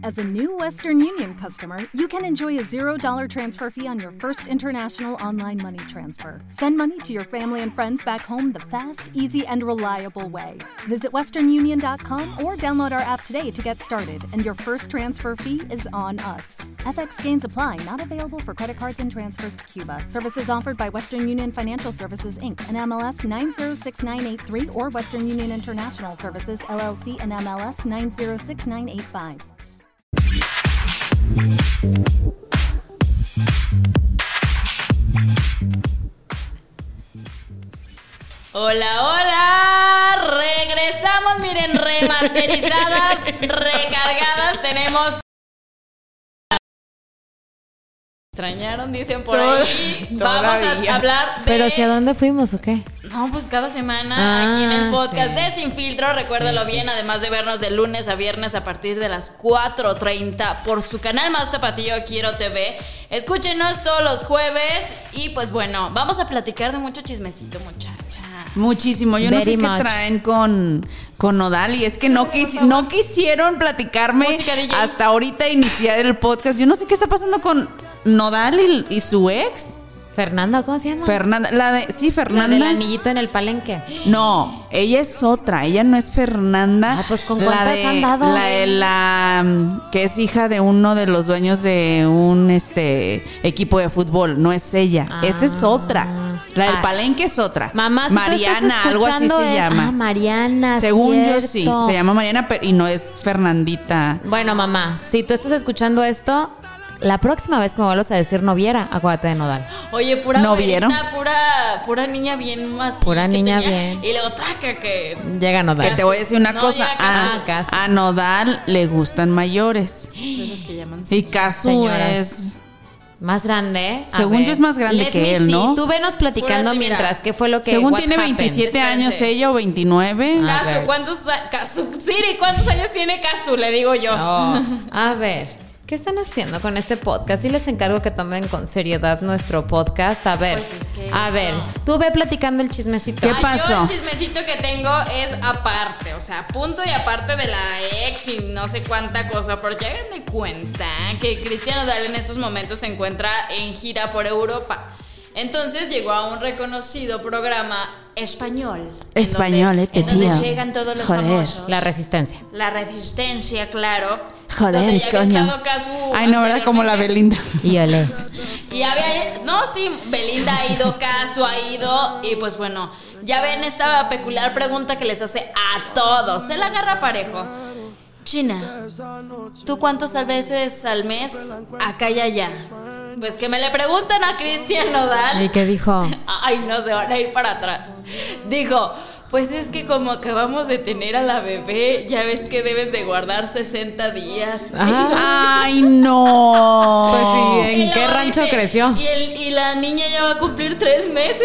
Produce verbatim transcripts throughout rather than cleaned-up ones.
As a new Western Union customer, you can enjoy a zero dollars transfer fee on your first international online money transfer. Send money to your family and friends back home the fast, easy, and reliable way. Visit western union dot com or download our app today to get started, and your first transfer fee is on us. F X gains apply, not available for credit cards and transfers to Cuba. Services offered by Western Union Financial Services, Incorporated, and M L S nine zero six nine eight three or Western Union International Services, L L C, and M L S nine zero six nine eight five. Hola, hola, regresamos, miren, remasterizadas, recargadas, tenemos... ¿Extrañaron? Dicen por ahí. Vamos a hablar de... ¿Pero hacia dónde fuimos o qué? No, pues cada semana ah, aquí en el podcast sí. de Sin Filtro, recuérdalo sí, bien, sí. Además de vernos de lunes a viernes a partir de las cuatro treinta por su canal Más Tapatío Quiero T V. Escúchenos todos los jueves y pues bueno, vamos a platicar de mucho chismecito, muchacha. Muchísimo, yo Very no sé much. qué traen con, con Nodal y es que sí, no, quis, no quisieron platicarme hasta ahorita iniciar el podcast. Yo no sé qué está pasando con Nodal y, y su ex. Fernanda, ¿cómo se llama? Fernanda, la de, sí, Fernanda. La del anillito en el palenque. No, ella es otra, ella no es Fernanda. Ah, pues ¿con cuántas de, han dado? La de la, que es hija de uno de los dueños de un este equipo de fútbol, no es ella, ah. Esta es otra. La del ah. palenque es otra. Mamá, si Mariana, algo así se es, llama. Ah, Mariana, según cierto. yo sí, se llama Mariana pero, y no es Fernandita. Bueno, mamá, si tú estás escuchando esto, la próxima vez que me vuelvas a decir noviera, acuérdate de Nodal. Oye, pura ¿No güerita, pura, pura niña bien así. Pura niña tenía, bien. Y luego traca que... Llega Nodal. Que te voy a decir una no, cosa. A, a Nodal le gustan mayores. Esos que llaman y Casu es... Más grande. Según ver, yo es más grande que él, ¿no? Tú venos platicando sí, mientras. ¿Qué fue lo que según tiene veintisiete años ella o veintinueve. Ah, Casu, ¿cuántos Casu, Siri, ¿cuántos años tiene Casu? Le digo yo. Oh, a ver, ¿qué están haciendo con este podcast? Sí les encargo que tomen con seriedad nuestro podcast. A ver, pues es que a eso. ver, tú ve platicando el chismecito. ¿Qué pasó? Yo el chismecito que tengo es aparte, o sea, punto y aparte de la ex y no sé cuánta cosa, porque hagan de cuenta que Cristian Nodal en estos momentos se encuentra en gira por Europa. Entonces llegó a un reconocido programa español. Español, este tío. En donde llegan todos los Joder. famosos. La Resistencia. La Resistencia, claro. Joder, coño. Ay, no, ¿verdad? Como la Belinda. Y ole. Y había... No, sí, Belinda ha ido, Casu ha ido. Y pues bueno, ya ven esta peculiar pregunta que les hace a todos. Se la agarra parejo. China, ¿tú cuántos veces al mes acá y allá? Pues que me le preguntan a Cristian Nodal. ¿Y qué dijo? Ay, no, se van a ir para atrás. Dijo, pues es que como acabamos de tener a la bebé, ya ves que deben de guardar sesenta días. Ah, ay, no. Pues sí, ¿en y qué rancho dice, creció? Y, el, y la niña ya va a cumplir tres meses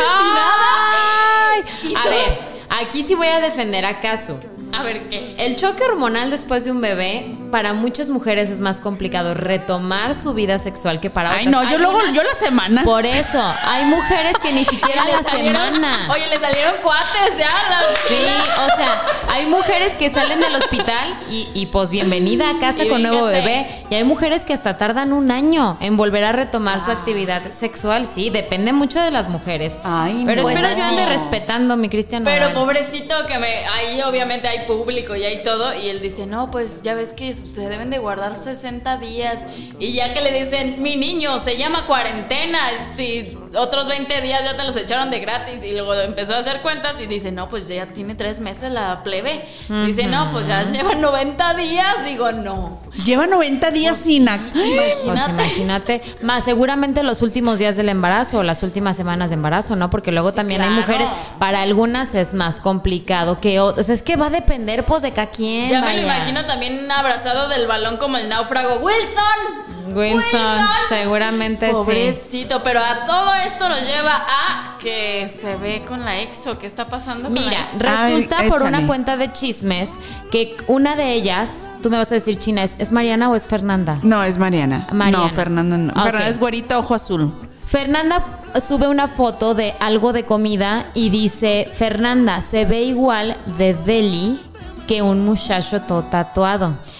ay. y nada. Y a todos... ver, aquí sí voy a defender a Casu. A ver, ¿qué? El choque hormonal después de un bebé, para muchas mujeres es más complicado retomar su vida sexual que para Ay, otras. no, yo hay luego, unas, yo la semana. Por eso, hay mujeres que ni siquiera la salieron, semana. Oye, le salieron cuates ya. La sí, o sea, hay mujeres que salen del hospital y, y pues bienvenida a casa y con nuevo véngase. bebé. Y hay mujeres que hasta tardan un año en volver a retomar ah. su actividad sexual. Sí, depende mucho de las mujeres. Ay, pero pues espero así. yo ande respetando mi Cristian Nodal. Pero pobrecito que me... Ahí obviamente hay público y hay todo. Y él dice, no, pues ya ves que se deben de guardar sesenta días. Y ya que le dicen, mi niño, se llama cuarentena. Si otros veinte días ya te los echaron de gratis. Y luego empezó a hacer cuentas y dice, no, pues ya tiene tres meses la plebe. Uh-huh. Dice, no, pues ya lleva noventa días. Digo, no. Lleva noventa días pues, sin... Imagínate. Pues imagínate. Más seguramente los últimos días del embarazo o las últimas semanas de embarazo, ¿no? Porque luego sí, también claro. hay mujeres, para algunas es más complicado que otras. O sea, es que va a depender pues de cada quien. Ya vaya. me lo imagino también abrazado del balón como el náufrago. ¡Wilson! Wilson, Wilson. seguramente pobrecito, sí. pero a todo esto nos lleva a que se ve con la ex o qué está pasando con Mira, la ex. resulta Ay, por échale. una cuenta de chismes que una de ellas, tú me vas a decir, China, ¿es, ¿es Mariana o es Fernanda? No, es Mariana. Mariana. No, Fernanda no. Okay. Fernanda es güerita, ojo azul. Fernanda sube una foto de algo de comida y dice, Fernanda, se ve igual de deli que un muchacho todo tatuado.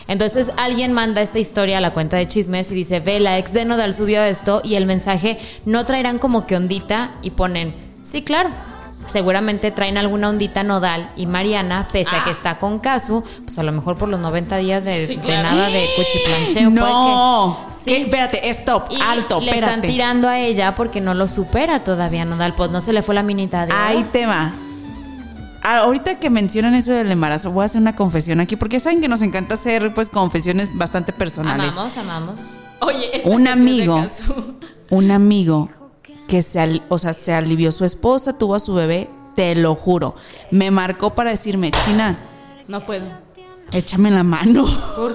Entonces alguien manda esta historia a la cuenta de chismes y dice, ve, la ex de Nodal subió esto y el mensaje, no traerán como que ondita, y ponen, sí, claro. Seguramente traen alguna ondita Nodal y Mariana, pese ah. a que está con Casu, pues a lo mejor por los noventa días de, sí, claro. de nada de cuchiplancheo. No, que, sí. Espérate, stop, y alto, le espérate. están tirando a ella porque no lo supera todavía Nodal, pues no se le fue la minita de oro. Ahí te va. Ahorita que mencionan eso del embarazo, voy a hacer una confesión aquí, porque saben que nos encanta hacer pues confesiones bastante personales. Amamos, amamos. Oye, un amigo, un amigo que se, o sea, se alivió su esposa, tuvo a su bebé, te lo juro. Me marcó para decirme, China, no puedo. Échame la mano.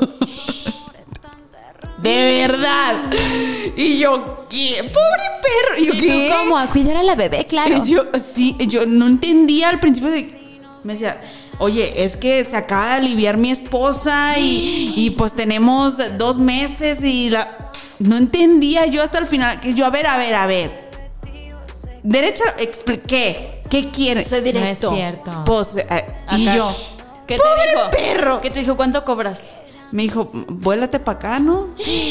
De verdad. Y yo, ¿qué? Pobre perro. ¿Y, yo, ¿Y ¿qué? tú cómo? A cuidar a la bebé, claro. Y yo, sí, yo no entendía al principio de... Me decía, oye, es que se acaba de aliviar mi esposa y, y pues tenemos dos meses y la... No entendía yo hasta el final. Que yo, a ver, a ver, a ver. Derecha, expliqué. ¿Qué quiere? Sé directo. No es cierto. Pues, eh, y yo, ¿qué te pobre dijo? perro. ¿Qué te dijo? ¿Cuánto cobras? Me dijo, vuélate para acá, ¿no?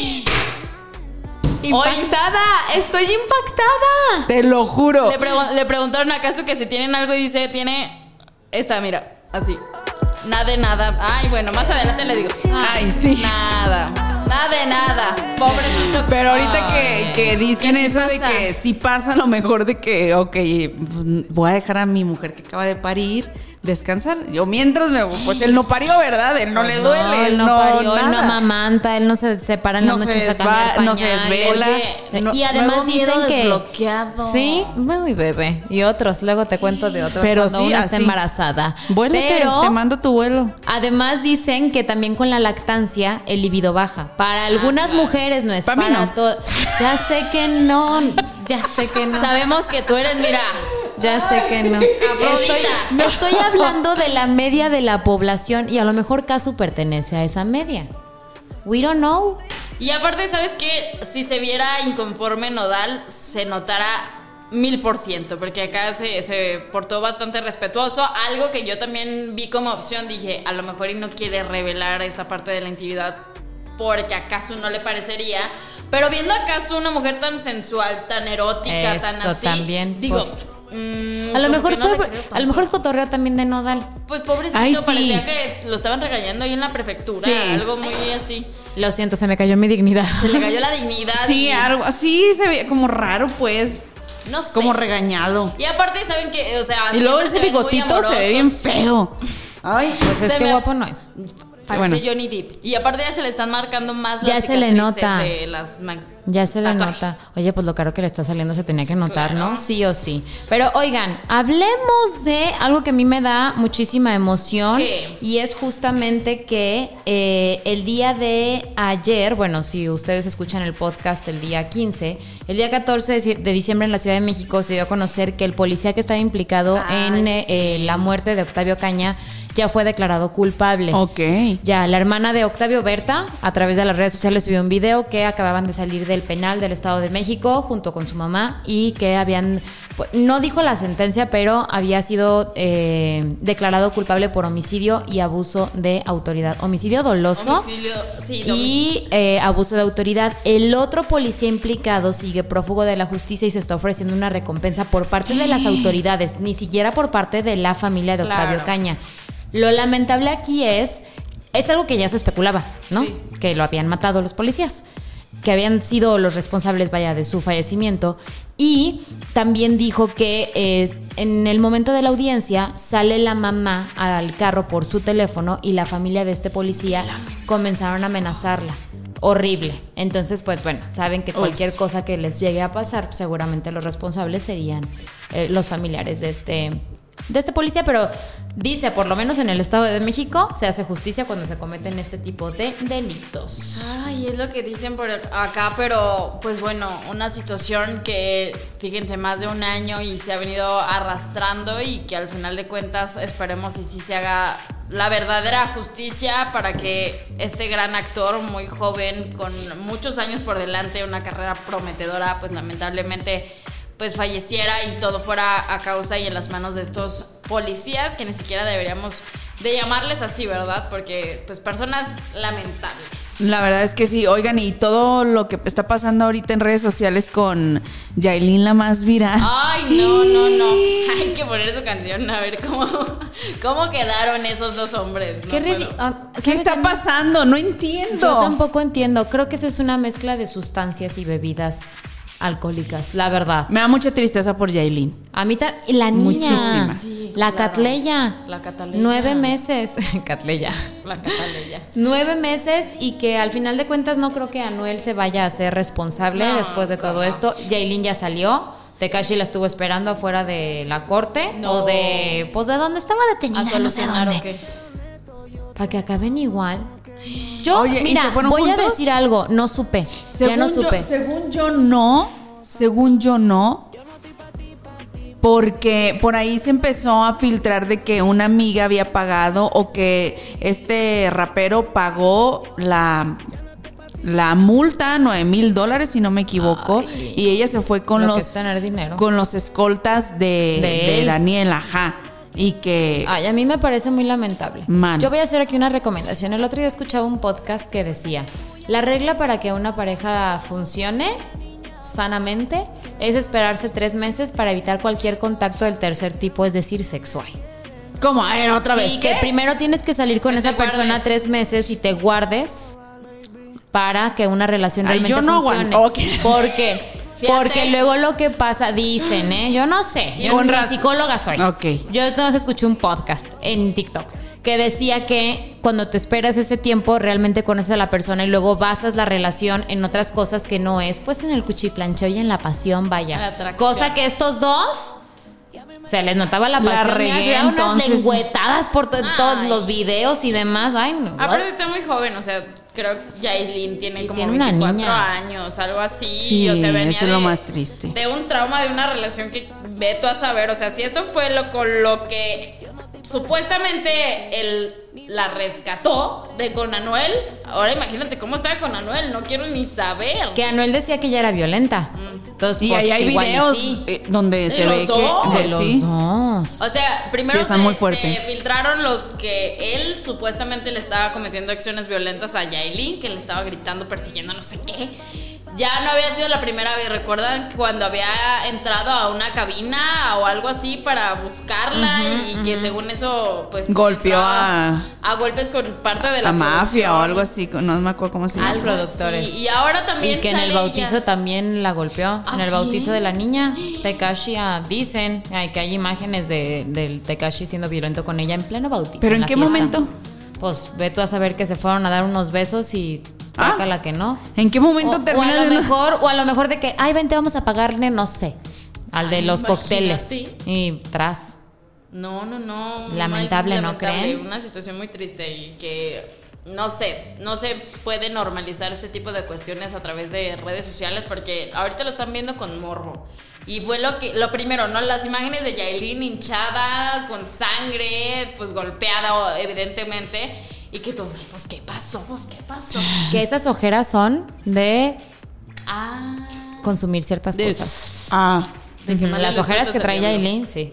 Impactada, estoy impactada. Te lo juro. Le, pregu- le preguntaron acaso que si tienen algo y dice, tiene esta, mira, así. Nada de nada. Ay, bueno, más adelante le digo. Ay, sí. Nada. Nada de nada. Pobrecito. Pero ahorita que, que dicen ¿Qué sí eso de pasa? que sí pasa, lo mejor de que, ok, voy a dejar a mi mujer que acaba de parir descansar. Yo mientras me, pues él no parió, ¿verdad? Él no Pues le no, duele. él no, no parió, nada. él no amamanta, él no se separa en No las se noches a desva- cambiar pañal. no se desvela. Oye, no- y además nuevo miedo dicen que desbloqueado. sí, muy bebé. Y otros, luego te cuento de otros Pero cuando sí, una está así. embarazada. Vuélate, Pero te mando tu vuelo. además dicen que también con la lactancia el libido baja. Para algunas claro. mujeres no es Pa' para mí no. todas. Ya sé que no, ya sé que no. Sabemos que tú eres, mira. Ya sé que no. Estoy, me estoy hablando de la media de la población y a lo mejor Casu pertenece a esa media. We don't know. Y aparte, ¿sabes qué? Si se viera inconforme Nodal, se notará mil por ciento, porque acá se, se portó bastante respetuoso. Algo que yo también vi como opción, dije, a lo mejor y no quiere revelar esa parte de la intimidad porque a Casu no le parecería. Pero viendo a Casu una mujer tan sensual, tan erótica, Eso tan así, también, digo... pues, mm, a lo como mejor que no fue, le creo a lo mejor es tanto. cotorreo también de Nodal. Pues pobrecito, Ay, sí. parecía que lo estaban regañando ahí en la prefectura, Sí. algo muy así. Lo siento, se me cayó mi dignidad. Se le cayó la dignidad. Sí, y, algo así se veía como raro, pues. no sé. Como regañado. Y aparte, ¿saben qué? O sea, Y luego siempre ese se ven muy bigotito se ve bien amorosos. feo. Ay, Pues es Se que me- guapo no es. Parece Bueno. Johnny Depp. Y aparte ya se le están marcando más Ya las se le cicatrices nota. de las ma- Ya se le tatuajes. nota. Oye, pues lo caro que le está saliendo se tenía que notar, Claro. ¿no? Sí o sí. Pero oigan, hablemos de algo que a mí me da muchísima emoción. ¿Qué? Y es justamente que eh, el día de ayer, bueno, si ustedes escuchan el podcast el día quince, el día catorce de diciembre en la Ciudad de México se dio a conocer que el policía que estaba implicado Ay, en eh, sí. eh, la muerte de Octavio Caña ya fue declarado culpable. ok. Ya, la hermana de Octavio, Berta, a través de las redes sociales subió un video que acababan de salir del penal del Estado de México junto con su mamá y que habían, pues, no dijo la sentencia, pero había sido eh, declarado culpable por homicidio y abuso de autoridad. Homicidio doloso. Domicilio, sí, domicilio. Y eh, abuso de autoridad. El otro policía implicado sigue prófugo de la justicia y se está ofreciendo una recompensa por parte de las autoridades, ni siquiera por parte de la familia de Octavio Claro. Caña. Lo lamentable aquí es, es algo que ya se especulaba, ¿no? Sí. Que lo habían matado los policías, que habían sido los responsables, vaya, de su fallecimiento. Y también dijo que eh, en el momento de la audiencia sale la mamá al carro por su teléfono y la familia de este policía comenzaron a amenazarla. Horrible. Entonces, pues bueno, saben que cualquier Ups. cosa que les llegue a pasar, pues, seguramente los responsables serían eh, los familiares de este, de este policía, pero dice, por lo menos en el Estado de México, se hace justicia cuando se cometen este tipo de delitos. Ay, es lo que dicen por acá, pero pues bueno, una situación que, fíjense, más de un año y se ha venido arrastrando y que al final de cuentas esperemos y sí se haga la verdadera justicia para que este gran actor, muy joven, con muchos años por delante, una carrera prometedora, pues lamentablemente pues falleciera y todo fuera a causa y en las manos de estos policías que ni siquiera deberíamos de llamarles así, ¿verdad? Porque, pues, personas lamentables. La verdad es que sí, oigan, y todo lo que está pasando ahorita en redes sociales con Yailin, la más viral. Ay, no, no, no. Hay que poner su canción a ver cómo, cómo quedaron esos dos hombres. No ¿Qué, puedo. uh, ¿Qué está pasando? No entiendo. Yo tampoco entiendo. Creo que esa es una mezcla de sustancias y bebidas alcohólicas, la verdad. Me da mucha tristeza por Yailin. A mí ta- y la niña. Muchísima. Sí, la claro. Catleya. La Cataleya. Nueve meses. Catleya. La Cataleya. Nueve meses y que al final de cuentas no creo que Anuel se vaya a ser responsable no, después de todo ¿cómo? Esto. Yailin ya salió. Tekashi la estuvo esperando afuera de la corte. No. O de... Pues de dónde estaba detenida. A solucionar no sé o qué. Para que acaben igual. Yo, Oye, mira, voy juntos? a decir algo, no supe, según ya no supe. Yo, según yo no, según yo no, porque por ahí se empezó a filtrar de que una amiga había pagado o que este rapero pagó la, la multa, nueve mil dólares si no me equivoco, Ay, y ella se fue con lo los, que es tener dinero. con los escoltas de, de, de Daniel, ajá. Y que... Ay, a mí me parece muy lamentable. Mal. Yo voy a hacer aquí una recomendación. El otro día escuchaba un podcast que decía, la regla para que una pareja funcione sanamente es esperarse tres meses para evitar cualquier contacto del tercer tipo, es decir, sexual. ¿Cómo? A ver, otra sí, vez. que ¿Qué? primero tienes que salir con que esa persona guardes. tres meses y te guardes para que una relación Ay, realmente yo no funcione. aguanto. Okay. ¿Por qué? Fíjate. Porque luego lo que pasa, dicen, ¿eh? Yo no sé, yo Con ni raz- psicóloga soy. Ok. Yo nada más escuché un podcast en TikTok que decía que cuando te esperas ese tiempo realmente conoces a la persona y luego basas la relación en otras cosas que no es, pues en el cuchiplancheo y en la pasión, vaya. La atracción. Cosa que estos dos... Se les notaba la La pasión. regué, se daban unas entonces. lengüetadas por to- todos Ay. los videos y demás. Ay, no. Aparte está muy joven, o sea, creo que Yailin tiene Y como tiene una veinticuatro niña. años, algo así. Sí, o sea, venía eso es lo de- más triste. De un trauma de una relación que ve tú a saber, o sea, si esto fue lo con lo que supuestamente él la rescató de con Anuel, ahora imagínate cómo estaba con Anuel, no quiero ni saber. Que Anuel decía que ella era violenta. Entonces, Y pues, ahí hay igual y videos sí. eh, donde De se los ve dos. que... De los sí. dos. O sea, primero Sí, está se, muy fuerte. se filtraron los que él supuestamente le estaba cometiendo acciones violentas a Yailin, que le estaba gritando, persiguiendo, no sé qué. Ya no había sido la primera vez, ¿recuerdan cuando había entrado a una cabina o algo así para buscarla uh-huh, y uh-huh. que según eso pues golpeó a a golpes con parte de la a mafia producción. o algo así, no me acuerdo cómo se llama. Los productores. Y ahora también Y que en el sale bautizo ella. también la golpeó. En el ¿A bautizo quién? de la niña. Tekashi, ah, dicen ay, que hay imágenes de, del Tekashi siendo violento con ella en pleno bautizo. ¿Pero en la qué fiesta. momento? Pues ve tú a saber que se fueron a dar unos besos y Ah. sácala que no. ¿En qué momento O, o termina a lo de una- mejor, o a lo mejor de que, ay, vente, vamos a pagarle, no sé, al de Ay, los cócteles. imagínate. Y tras. No, no, no. Lamentable, hay- ¿no lamentable, creen? Una situación muy triste y que no sé, no se puede normalizar este tipo de cuestiones a través de redes sociales porque ahorita lo están viendo con morbo. Y fue lo que lo primero, ¿no? Las imágenes de Yailin hinchada, con sangre, pues golpeada evidentemente, y que todos, ay, pues qué pasó, pues qué pasó. Que esas ojeras son de Ah, consumir ciertas De- cosas. Ah, de Ujú, quemarle las los ojeras frutos que al trae diablo. Yailin, sí.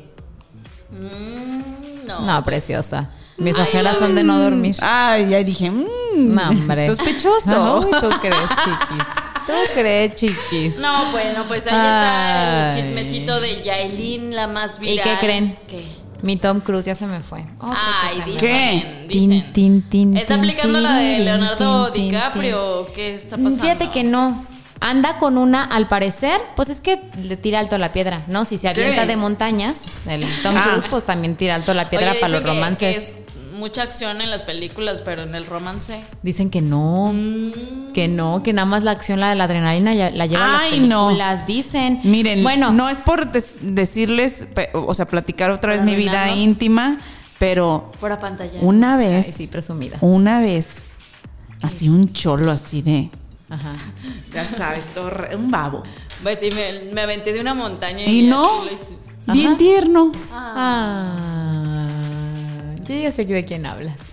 Mm, no. No, pues, preciosa. Mis Ay, ojeras la- son de no dormir. ay, ya dije, mmm, No, hombre. sospechoso. Uy, tú crees, chiquis. Tú crees, chiquis. No, bueno, pues ahí está Ay. el chismecito de Yailin, la más ¿Y viral. qué creen? ¿Qué? Mi Tom Cruise ya se me fue. Otro que Ay, se me dicen, fue. ¿Qué? dicen. Tin, tin, tin, ¿Está tin, aplicando la de tin, Leonardo tin, tin, DiCaprio? ¿Qué está pasando? Fíjate que no. Anda con una, al parecer, pues es que le tira alto la piedra, ¿no? Si se avienta ¿Qué? de montañas, el Tom Ah. Cruise, pues también tira alto la piedra Oye, para los dicen que- romances. que es mucha acción en las películas, pero en el romance. Dicen que no, Mm. que no, que nada más la acción, la de la adrenalina, ya- la lleva a las Ay, no. películas, dicen. Miren, bueno, no es por des- decirles, pe- o sea, platicar otra vez Para mi vida arruinarnos. íntima, pero Por pantalla. una vez, ay, sí, presumida. una vez, así un cholo así de, Ajá. ya sabes, todo re- un babo. Pues sí, me, me aventé de una montaña y, Y no, así lo hice. bien Ajá. tierno. Ah. Ah, yo ya sé de quién hablas.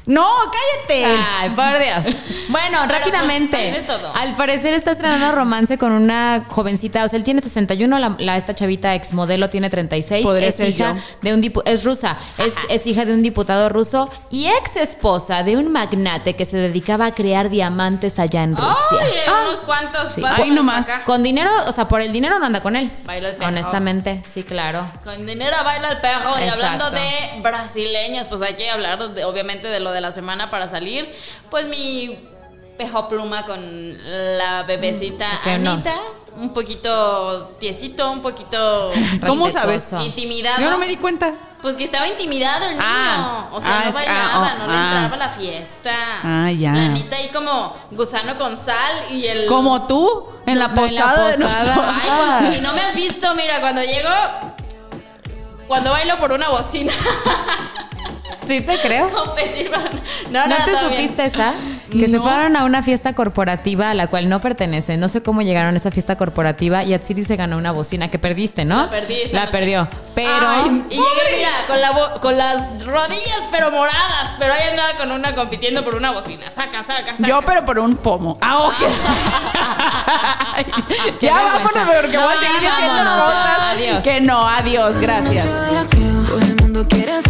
No, cállate. Ay, por Dios. Bueno, Pero rápidamente. pues hay de todo. Al parecer está estrenando romance con una jovencita. O sea, él tiene sesenta y uno, la, la esta chavita exmodelo tiene treinta y seis. Podría es ser hija yo. de un dipu- es rusa. Es, es hija de un diputado ruso y ex esposa de un magnate que se dedicaba a crear diamantes allá en Rusia. Ay, unos cuantos. Sí. pásanos Ahí nomás. pa' acá. Con dinero, o sea, por el dinero no anda con él. Baila el perro. Honestamente, sí, claro. Con dinero baila el perro. Y Exacto. hablando de brasileños, pues hay que hablar de, obviamente de lo de la semana para salir. Pues mi pejo pluma con la bebecita ¿Por qué no? Anita. Un poquito tiesito, un poquito ¿Cómo Respetuoso. sabes? intimidado. Yo no me di cuenta. Pues que estaba intimidado el niño. Ah. O sea, Ah, no es- bailaba, ah, oh, no le ah. entraba a la fiesta. Ah, ya. La Anita ahí como gusano con sal y el. Como tú, en la No, en la posada. de posada. nosotros. Ay, cuando- y no me has visto, mira, cuando llego. Cuando bailo por una bocina. Sí, te creo. Competir. No, ¿No no, te todo bien. supiste esa? Que se No. fueron a una fiesta corporativa a la cual no pertenece. No sé cómo llegaron a esa fiesta corporativa y Atsiri se ganó una bocina que perdiste, ¿no? La perdí esa La noche. perdió. Pero Ay, Y llegué, mira, con, la bo- con las rodillas pero moradas, pero ahí andaba con una compitiendo por una bocina. Saca, saca, saca. Yo, pero por un pomo. Ah, ok. Qué ya vergüenza. vámonos, porque No, voy a ya seguir diciendo vámonos, cosas ya. Adiós. que no. Adiós, gracias. Todo el mundo quiere